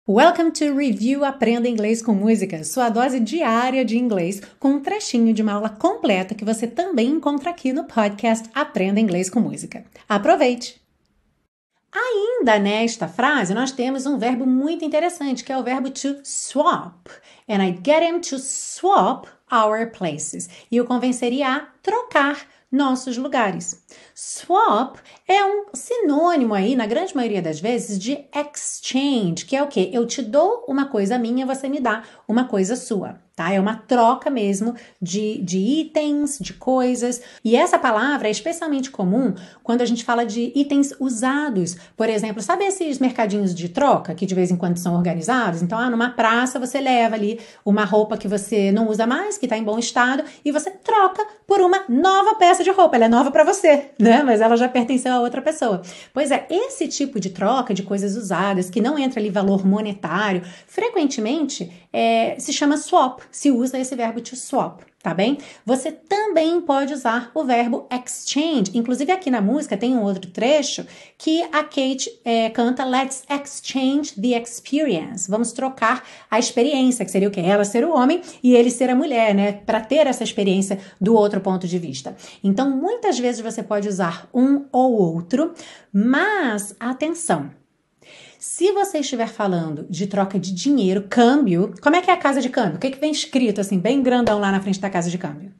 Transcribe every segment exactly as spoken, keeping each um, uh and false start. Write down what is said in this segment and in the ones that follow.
Welcome to Review Aprenda Inglês com Música, sua dose diária de inglês, com um trechinho de uma aula completa que você também encontra aqui no podcast Aprenda Inglês com Música. Aproveite! Ainda nesta frase, nós temos um verbo muito interessante, que é o verbo to swap. And I'd get him to swap our places. E eu convenceria a trocar nossos lugares. Swap é um sinônimo aí, na grande maioria das vezes, de exchange, que é o quê? Eu te dou uma coisa minha, você me dá uma coisa sua, tá? É uma troca mesmo de, de itens, de coisas. E essa palavra é especialmente comum quando a gente fala de itens usados. Por exemplo, sabe esses mercadinhos de troca que de vez em quando são organizados? Então, ah, numa praça você leva ali uma roupa que você não usa mais, que está em bom estado, e você troca por uma nova peça de roupa. Ela é nova para você, né? Mas ela já pertenceu a outra pessoa. Pois é, esse tipo de troca de coisas usadas, que não entra ali valor monetário, frequentemente é, se chama swap, se usa esse verbo to swap, tá bem? Você também pode usar o verbo exchange. Inclusive aqui na música tem um outro trecho que a Kate é, canta Let's exchange the experience. Vamos trocar a experiência, que seria o quê? Ela ser o homem e ele ser a mulher, né? Para ter essa experiência do outro ponto de vista. Então, muitas vezes você pode usar um ou outro, mas atenção! Se você estiver falando de troca de dinheiro, câmbio, como é que é a casa de câmbio? O que, que vem escrito assim, bem grandão lá na frente da casa de câmbio?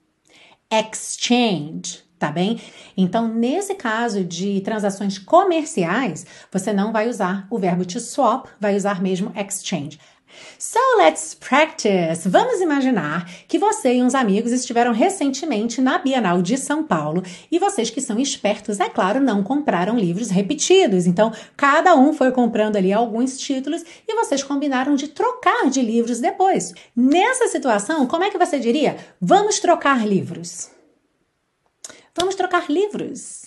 Exchange, tá bem? Então, nesse caso de transações comerciais, você não vai usar o verbo to swap, vai usar mesmo exchange. So let's practice! Vamos imaginar que você e uns amigos estiveram recentemente na Bienal de São Paulo e vocês que são espertos, é claro, não compraram livros repetidos. Então, cada um foi comprando ali alguns títulos e vocês combinaram de trocar de livros depois. Nessa situação, como é que você diria? Vamos trocar livros. Vamos trocar livros.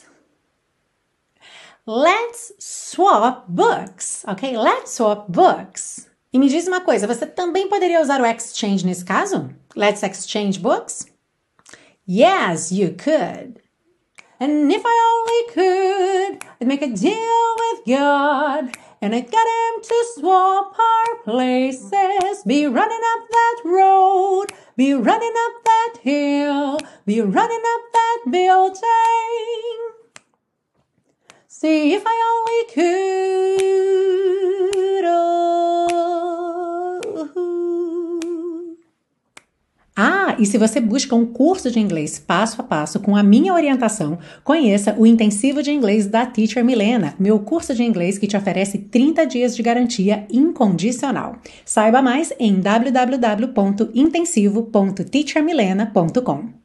Let's swap books, ok? Let's swap books. E me diz uma coisa, você também poderia usar o exchange nesse caso? Let's exchange books? Yes, you could. And if I only could, I'd make a deal with God. And I'd get him to swap our places. Be running up that road. Be running up that hill. Be running up that building. See if I only could. Oh. Ah, e se você busca um curso de inglês passo a passo com a minha orientação, conheça o Intensivo de Inglês da Teacher Milena, meu curso de inglês que te oferece trinta dias de garantia incondicional. Saiba mais em w w w ponto intensivo ponto teacher milena ponto com.